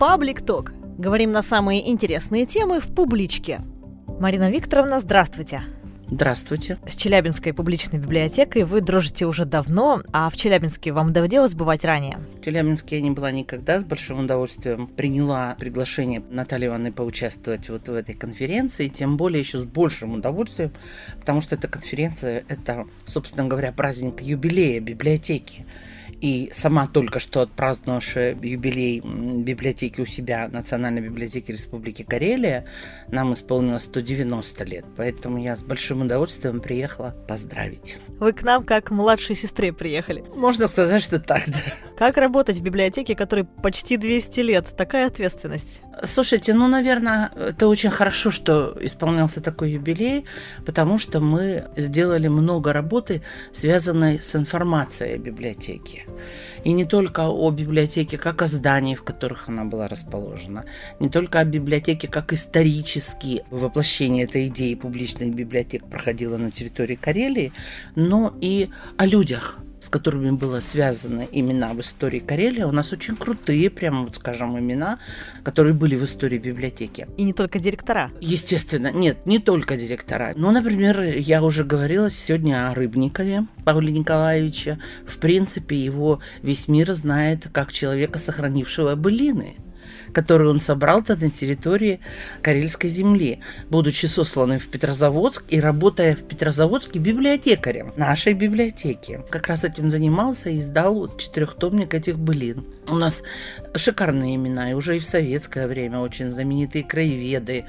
Public Talk. Говорим на самые интересные темы в публичке. Марина Викторовна, здравствуйте. Здравствуйте. С Челябинской публичной библиотекой вы дружите уже давно, а в Челябинске вам доводилось бывать ранее? В Челябинске я не была никогда, с большим удовольствием приняла приглашение Натальи Ивановны поучаствовать вот в этой конференции, тем более еще с большим удовольствием, потому что эта конференция, это, собственно говоря, праздник юбилея библиотеки. И сама только что отпраздновавшая юбилей библиотеки у себя, Национальной библиотеки Республики Карелия, нам исполнилось 190 лет. Поэтому я с большим удовольствием приехала поздравить. Вы к нам как к младшей сестре приехали. Можно сказать, что так, да. Как работать в библиотеке, которой почти 200 лет? Такая ответственность. Слушайте, наверное, это очень хорошо, что исполнялся такой юбилей, потому что мы сделали много работы, связанной с информацией о библиотеке. И не только о библиотеке, как о здании, в которых она была расположена, не только о библиотеке, как исторически воплощение этой идеи публичных библиотек проходило на территории Карелии, но и о людях, с которыми было связаны имена в истории Карелии. У нас очень крутые, прямо вот скажем, имена, которые были в истории библиотеки. И не только директора. Естественно, нет, не только директора. Например, я уже говорила сегодня о Рыбникове Павле Николаевиче. В принципе, его весь мир знает как человека, сохранившего былины, который он собрал-то на территории Карельской земли, будучи сосланным в Петрозаводск и работая в Петрозаводске библиотекарем нашей библиотеки. Как раз этим занимался и издал 4-томник этих былин. У нас шикарные имена, и уже и в советское время очень знаменитые краеведы,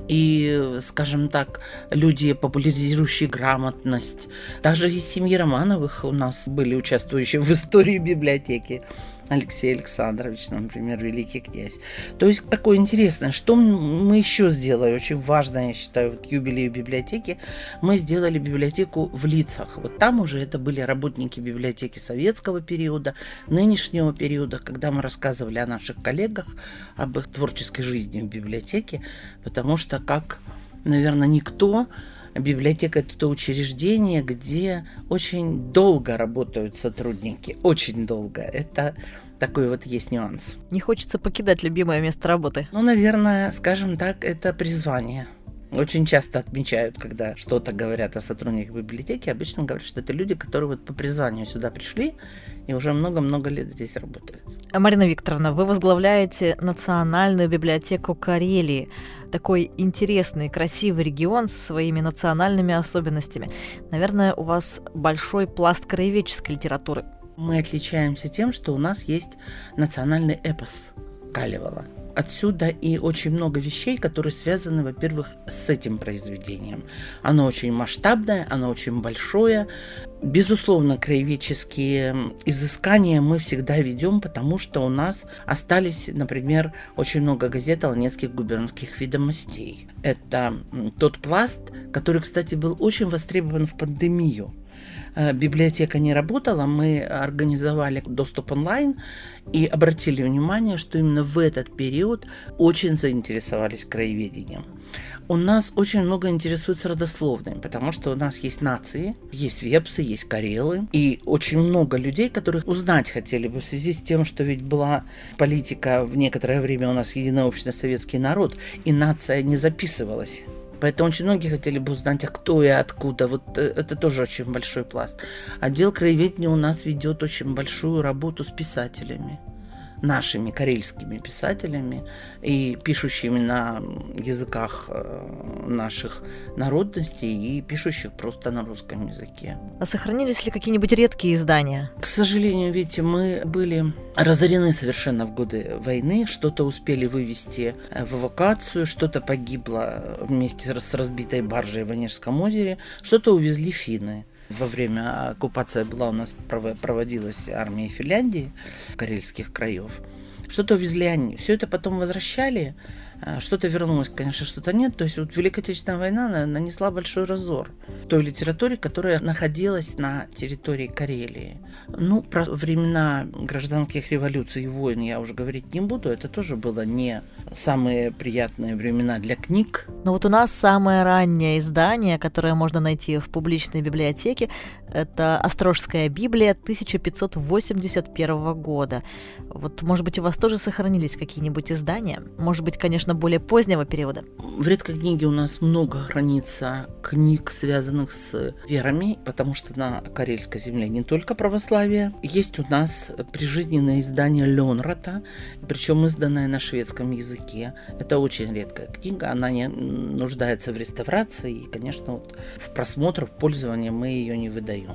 и, скажем так, люди, популяризирующие грамотность. Даже из семьи Романовых у нас были участвующие в истории библиотеки. Алексей Александрович, например, великий князь. То есть такое интересное, что мы еще сделали, очень важно, я считаю, к юбилею библиотеки, мы сделали библиотеку в лицах. Вот там уже это были работники библиотеки советского периода, нынешнего периода, когда мы рассказывали о наших коллегах, об их творческой жизни в библиотеке, потому что, как, наверное, никто, библиотека – это то учреждение, где очень долго работают сотрудники. Очень долго. Это такой вот есть нюанс. Не хочется покидать любимое место работы. Наверное, скажем так, это призвание. Очень часто отмечают, когда что-то говорят о сотрудниках библиотеки, обычно говорят, что это люди, которые вот по призванию сюда пришли и уже много-много лет здесь работают. Марина Викторовна, вы возглавляете Национальную библиотеку Карелии. Такой интересный, красивый регион со своими национальными особенностями. Наверное, у вас большой пласт краеведческой литературы. Мы отличаемся тем, что у нас есть национальный эпос Калевала. Отсюда и очень много вещей, которые связаны, во-первых, с этим произведением. Оно очень масштабное, оно очень большое. Безусловно, краеведческие изыскания мы всегда ведем, потому что у нас остались, например, очень много газет Олнецких губернских ведомостей. Это тот пласт, который, кстати, был очень востребован в пандемию. Библиотека не работала, мы организовали доступ онлайн и обратили внимание, что именно в этот период очень заинтересовались краеведением. У нас очень много интересуется родословной, потому что у нас есть нации, есть вепсы, есть карелы, и очень много людей, которых узнать хотели бы в связи с тем, что ведь была политика в некоторое время у нас единообщностно-советский народ, и нация не записывалась. Поэтому очень многие хотели бы узнать, а кто и откуда. Вот это тоже очень большой пласт. Отдел краеведения у нас ведет очень большую работу с писателями. Нашими карельскими писателями и пишущими на языках наших народностей и пишущих просто на русском языке. А сохранились ли какие-нибудь редкие издания? К сожалению, видите, мы были разорены совершенно в годы войны, что-то успели вывести в эвакуацию, что-то погибло вместе с разбитой баржей в Онежском озере, что-то увезли финны. Во время оккупации была у нас проводилась армия Финляндии, карельских краев. Что-то увезли они. Все это потом возвращали Что-то вернулось, конечно, что-то нет. То есть вот Великая Отечественная война нанесла большой разор той литературе, которая находилась на территории Карелии. Ну, про времена гражданских революций и войн я уже говорить не буду. Это тоже было не самые приятные времена для книг. Но вот у нас самое раннее издание, которое можно найти в публичной библиотеке, это «Острожская Библия» 1581 года. Вот, может быть, у вас тоже сохранились какие-нибудь издания? Может быть, конечно, более позднего периода? В редкой книге у нас много хранится книг, связанных с верами, потому что на карельской земле не только православие. Есть у нас прижизненное издание Ленрата, причем изданное на шведском языке. Это очень редкая книга, она не нуждается в реставрации, и, конечно, вот в просмотр, в пользование мы ее не выдаем.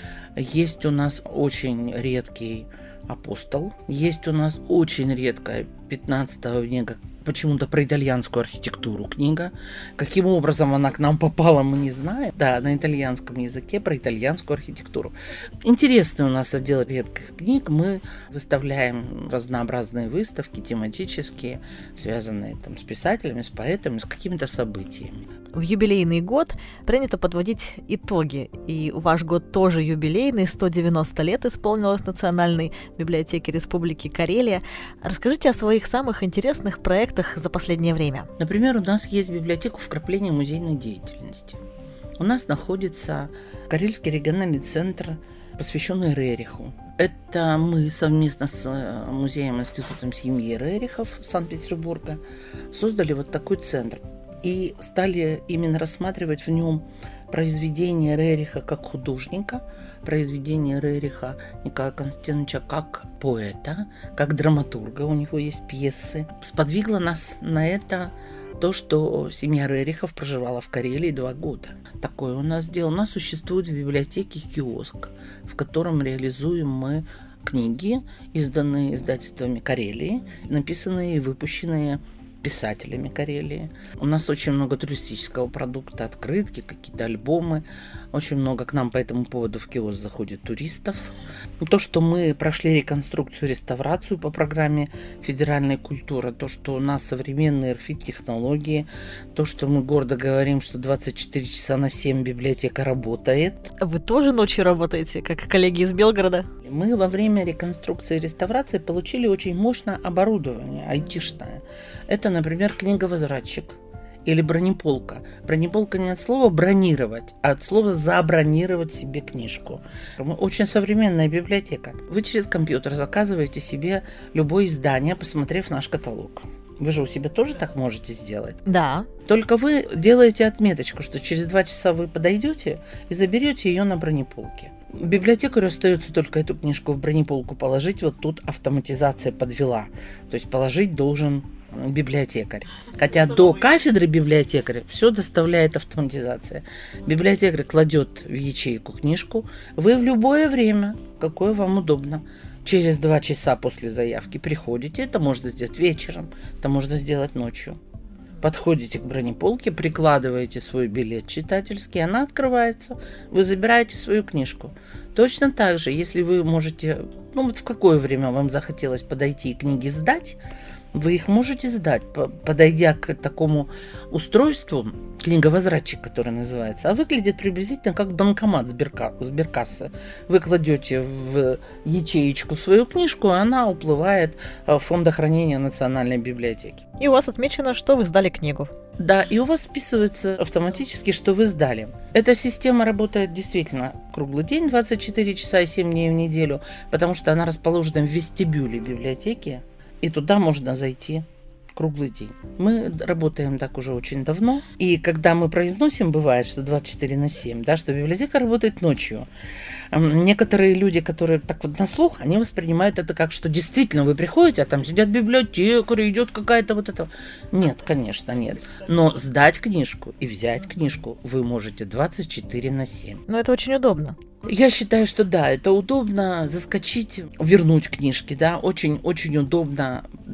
Есть у нас очень редкий «Апостол», есть у нас очень редкая 15 века почему-то про итальянскую архитектуру книга. Каким образом она к нам попала, мы не знаем. Да, на итальянском языке про итальянскую архитектуру. Интересный у нас отдел редких книг. Мы выставляем разнообразные выставки тематические, связанные там с писателями, с поэтами, с какими-то событиями. В юбилейный год принято подводить итоги, и ваш год тоже юбилейный, 190 лет исполнилось Национальной библиотеке Республики Карелия. Расскажите о своих самых интересных проектах за последнее время. Например, у нас есть библиотека вкрапления музейной деятельности. У нас находится Карельский региональный центр, посвященный Рериху. Это мы совместно с музеем Институтом семьи Рерихов Санкт-Петербурга создали вот такой центр. И стали именно рассматривать в нем произведения Рериха как художника, произведения Рериха Николая Константиновича как поэта, как драматурга, у него есть пьесы. Сподвигло нас на это то, что семья Рерихов проживала в Карелии 2 года. Такое у нас дело. У нас существует в библиотеке киоск, в котором реализуем мы книги, изданные издательствами Карелии, написанные и выпущенные писателями Карелии. У нас очень много туристического продукта, открытки, какие-то альбомы. Очень много к нам по этому поводу в киоск заходит туристов. То, что мы прошли реконструкцию, реставрацию по программе «Федеральная культура», то, что у нас современные РФИД-технологии, то, что мы гордо говорим, что 24 часа на 7 библиотека работает. Вы тоже ночью работаете, как коллеги из Белгорода? Мы во время реконструкции и реставрации получили очень мощное оборудование, айтишное. Это, например, книговозвратчик или бронеполка. Бронеполка не от слова «бронировать», а от слова «забронировать себе книжку». Очень современная библиотека. Вы через компьютер заказываете себе любое издание, посмотрев наш каталог. Вы же у себя тоже так можете сделать? Да. Только вы делаете отметочку, что через 2 часа вы подойдете и заберете ее на бронеполке. Библиотекарю остается только эту книжку в бронеполку положить. Вот тут автоматизация подвела. То есть положить должен библиотекарь. Хотя до кафедры библиотекаря все доставляет автоматизация. Библиотекарь кладет в ячейку книжку. Вы в любое время, какое вам удобно, через 2 часа после заявки приходите. Это можно сделать вечером, это можно сделать ночью. Подходите к бронеполке, прикладываете свой билет читательский, она открывается, вы забираете свою книжку. Точно так же, если вы можете, вот в какое время вам захотелось подойти и книги сдать, вы их можете сдать, подойдя к такому устройству, книговозвратчик, который называется, а выглядит приблизительно как банкомат сберкассы. Вы кладете в ячеечку свою книжку, и она уплывает в фондохранение Национальной библиотеки. И у вас отмечено, что вы сдали книгу. Да, и у вас списывается автоматически, что вы сдали. Эта система работает действительно круглый день, 24 часа и 7 дней в неделю, потому что она расположена в вестибюле библиотеки, и туда можно зайти круглый день. Мы работаем так уже очень давно, и когда мы произносим, бывает, что 24 на 7, да, что библиотека работает ночью. Некоторые люди, которые так вот на слух, они воспринимают это как, что действительно вы приходите, а там сидят библиотекари, идет какая-то вот это. Нет, конечно, нет. Но сдать книжку и взять книжку вы можете 24 на 7. Но это очень удобно. Я считаю, что да, это удобно заскочить, вернуть книжки, да, очень-очень удобно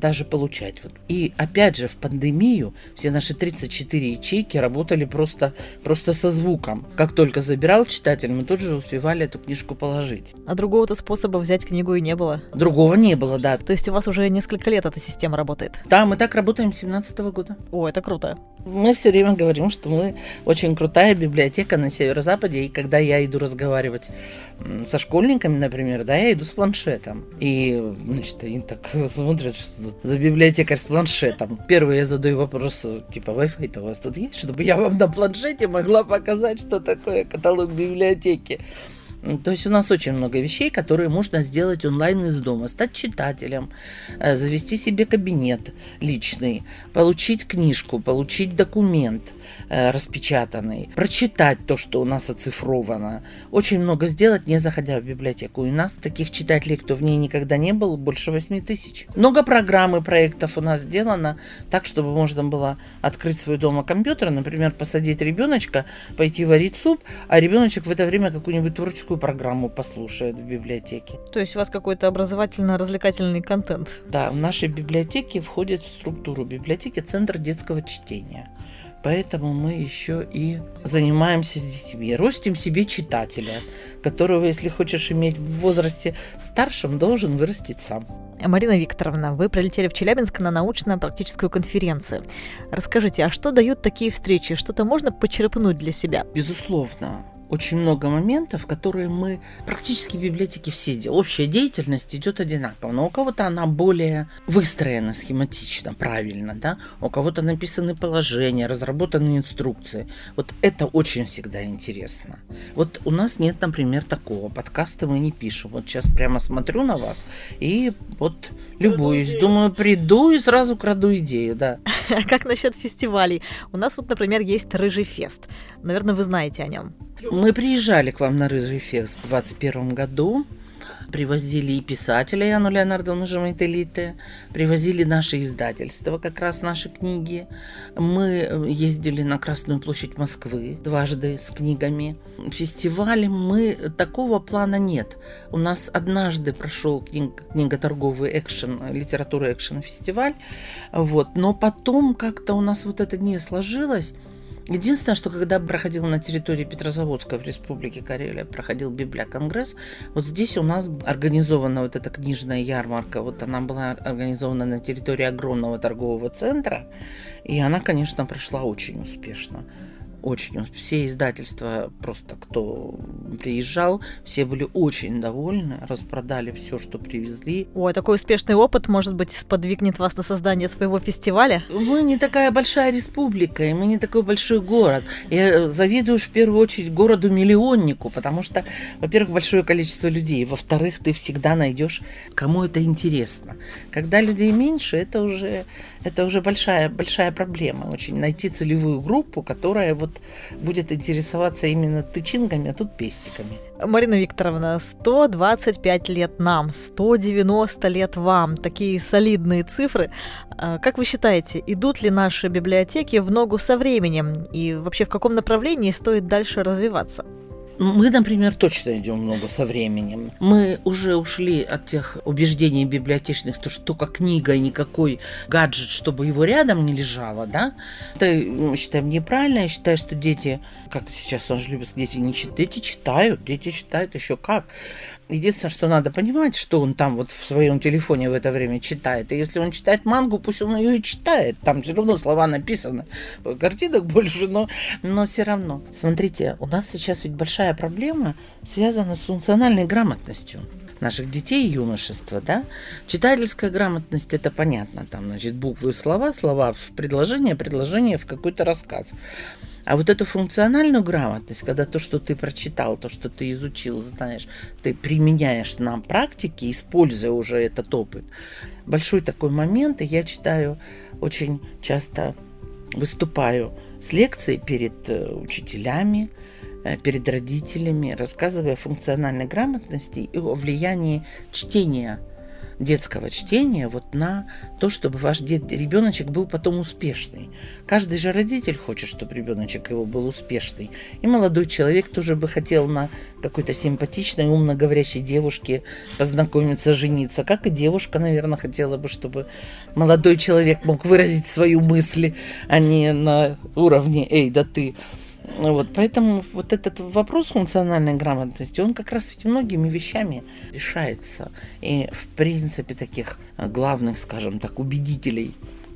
даже получать. Вот. И опять же, в пандемию все наши 34 ячейки работали просто со звуком. Как только забирал читатель, мы тут же успевали эту книжку положить. А другого-то способа взять книгу и не было? Другого не было, да. То есть у вас уже несколько лет эта система работает? Да, мы так работаем с 2017 года. О, это круто. Мы все время говорим, что мы очень крутая библиотека на Северо-Западе, и когда я иду разговаривать со школьниками, например, да, я иду с планшетом. И, значит, они так смотрят, что за библиотекарь с планшетом. Первый я задаю вопрос, типа, Wi-Fi-то у вас тут есть, чтобы я вам на планшете могла показать, что такое каталог библиотеки. То есть у нас очень много вещей, которые можно сделать онлайн из дома. Стать читателем, завести себе кабинет личный, получить книжку, получить документ распечатанный, прочитать то, что у нас оцифровано. Очень много сделать, не заходя в библиотеку. И у нас таких читателей, кто в ней никогда не был, больше 8 тысяч. Много программ и проектов у нас сделано так, чтобы можно было открыть свой дома компьютер, например, посадить ребеночка, пойти варить суп, а ребеночек в это время какую-нибудь творческую программу послушает в библиотеке. То есть у вас какой-то образовательно-развлекательный контент? Да, в нашей библиотеке входит в структуру библиотеки Центр детского чтения. Поэтому мы еще и занимаемся с детьми. Ростим себе читателя, которого, если хочешь иметь в возрасте старшем, должен вырастить сам. Марина Викторовна, вы прилетели в Челябинск на научно-практическую конференцию. Расскажите, а что дают такие встречи? Что-то можно почерпнуть для себя? Безусловно. Очень много моментов, которые мы практически в библиотеке все делаем. Общая деятельность идет одинаково, но у кого-то она более выстроена схематично, правильно, да? У кого-то написаны положения, разработаны инструкции. Вот это очень всегда интересно. Вот у нас нет, например, такого. Подкасты мы не пишем. Вот сейчас прямо смотрю на вас и вот любуюсь. Думаю, приду и сразу краду идею, да. А как насчет фестивалей? У нас вот, например, есть Рыжий фест. Наверное, вы знаете о нем. Мы приезжали к вам на Рыжий фест в 2021 году. Привозили и писателя Яну Леонардовну Жамайтелите, привозили наши издательства, как раз наши книги. Мы ездили на Красную площадь Москвы дважды с книгами. Фестивали такого плана нет. У нас однажды прошел книготорговый экшен, литература экшен фестиваль, вот. Но потом как-то у нас вот это не сложилось. Единственное, что когда проходил на территории Петрозаводска в Республике Карелия, проходил Библиоконгресс, вот здесь у нас организована вот эта книжная ярмарка, вот она была организована на территории огромного торгового центра, и она, конечно, прошла очень успешно. Очень. Все издательства, просто кто приезжал, все были очень довольны, распродали все, что привезли. Ой, такой успешный опыт, может быть, сподвигнет вас на создание своего фестиваля? Мы не такая большая республика, и мы не такой большой город. Я завидую в первую очередь городу-миллионнику, потому что, во-первых, большое количество людей, во-вторых, ты всегда найдешь, кому это интересно. Когда людей меньше, это уже большая проблема. Очень найти целевую группу, которая вот будет интересоваться именно тычинками, а тут пестиками. Марина Викторовна, 125 лет нам, 190 лет вам. Такие солидные цифры. Как вы считаете, идут ли наши библиотеки в ногу со временем? И вообще в каком направлении стоит дальше развиваться? Мы, например, точно идем много со временем. Мы уже ушли от тех убеждений библиотечных, что как книга и никакой гаджет, чтобы его рядом не лежало, да? Это мы считаем неправильно. Я считаю, что дети, как сейчас он же любит, дети читают еще как. Единственное, что надо понимать, что он там вот в своем телефоне в это время читает. И если он читает мангу, пусть он ее и читает. Там все равно слова написаны. Картинок больше, но все равно. Смотрите, у нас сейчас ведь большая проблема связана с функциональной грамотностью наших детей и юношества, да? Читательская грамотность, это понятно. Там, значит, буквы, слова в предложение в какой-то рассказ. А вот эту функциональную грамотность, когда то, что ты прочитал, то, что ты изучил, знаешь, ты применяешь на практике, используя уже этот опыт. Большой такой момент, и я читаю, очень часто выступаю с лекцией перед учителями, перед родителями, рассказывая о функциональной грамотности и о влиянии чтения детского чтения вот на то, чтобы ваш ребеночек был потом успешный. Каждый же родитель хочет, чтобы ребеночек его был успешный. И молодой человек тоже бы хотел на какой-то симпатичной, умно говорящей девушке познакомиться, жениться. Как и девушка, наверное, хотела бы, чтобы молодой человек мог выразить свою мысль, а не на уровне «эй, да ты». Вот, поэтому вот этот вопрос функциональной грамотности, он как раз ведь многими вещами решается. И в принципе таких главных, скажем так, убедителей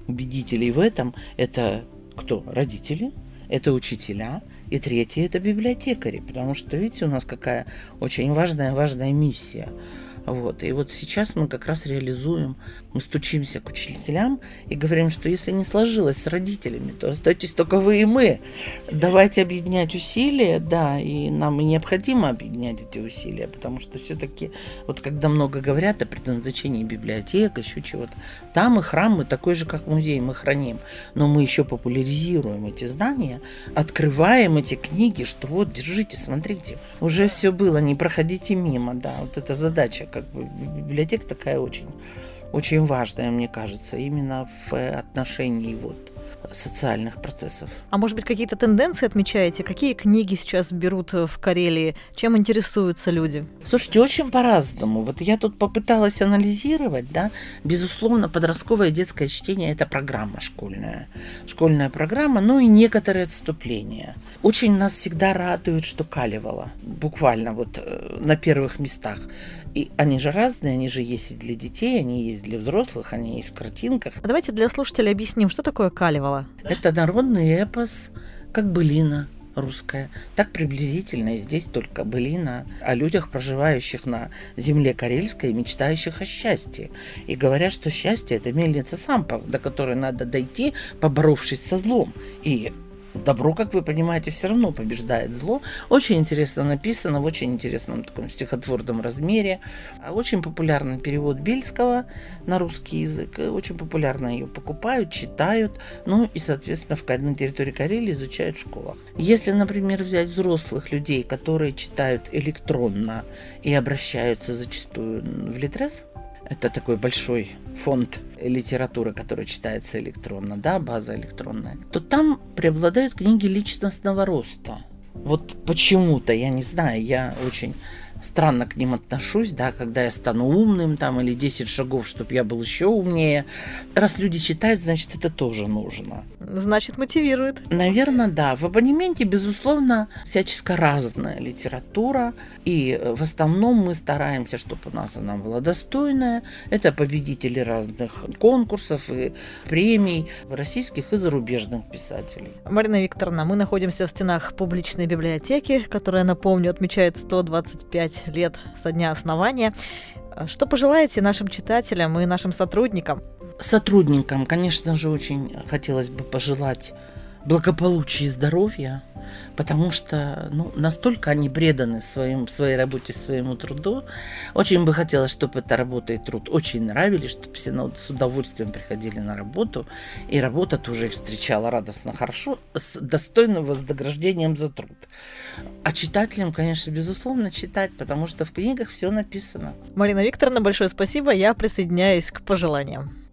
в этом это кто? Родители, это учителя, и третье это библиотекари, потому что видите, у нас какая очень важная миссия. Вот. И вот сейчас мы как раз реализуем, мы стучимся к учителям и говорим, что если не сложилось с родителями, то остаетесь только вы и мы. Давайте объединять усилия, да, и нам и необходимо объединять эти усилия, потому что все-таки, вот когда много говорят о предназначении библиотек, еще чего-то, там и храм, мы такой же, как музей, мы храним, но мы еще популяризируем эти знания, открываем эти книги, что вот, держите, смотрите, уже все было, не проходите мимо, да, вот эта задача, как бы библиотека такая очень, очень важная, мне кажется, именно в отношении вот социальных процессов. А может быть, какие-то тенденции отмечаете? Какие книги сейчас берут в Карелии? Чем интересуются люди? Слушайте, очень по-разному. Вот я тут попыталась анализировать, да. Безусловно, подростковое детское чтение – это программа школьная. Школьная программа, ну и некоторые отступления. Очень нас всегда радует, что Калевала. Буквально вот на первых местах. И они же разные, они же есть и для детей, они есть для взрослых, они есть в картинках. А давайте для слушателей объясним, что такое Калевала. Это народный эпос, как былина русская. Так приблизительно и здесь только былина о людях, проживающих на земле карельской и мечтающих о счастье. И говорят, что счастье – это мельница сампа, до которой надо дойти, поборовшись со злом. И добро, как вы понимаете, все равно побеждает зло. Очень интересно написано, в очень интересном таком стихотворном размере. Очень популярный перевод Бельского на русский язык. Очень популярно ее покупают, читают. Ну и, соответственно, на территории Карелии изучают в школах. Если, например, взять взрослых людей, которые читают электронно и обращаются зачастую в Литрес, это такой большой фонд литературы, который читается электронно, да, база электронная, то там преобладают книги личностного роста. Вот почему-то, я не знаю, я очень странно к ним отношусь, да, когда я стану умным там, или 10 шагов, чтобы я был еще умнее. Раз люди читают, значит, это тоже нужно. Значит, мотивирует. Наверное, да. В абонементе, безусловно, всяческа разная литература. И в основном мы стараемся, чтобы у нас она была достойная. Это победители разных конкурсов и премий российских и зарубежных писателей. Марина Викторовна, мы находимся в стенах публичной библиотеки, которая, напомню, отмечает 125 лет со дня основания. Что пожелаете нашим читателям и нашим сотрудникам? Сотрудникам, конечно же, очень хотелось бы пожелать благополучия и здоровья, потому что настолько они преданы своей работе, своему труду. Очень бы хотелось, чтобы эта работа и труд очень нравились, чтобы все с удовольствием приходили на работу, и работа тоже их встречала радостно, хорошо, с достойным вознаграждением за труд. А читателям, конечно, безусловно, читать, потому что в книгах все написано. Марина Викторовна, большое спасибо. Я присоединяюсь к пожеланиям.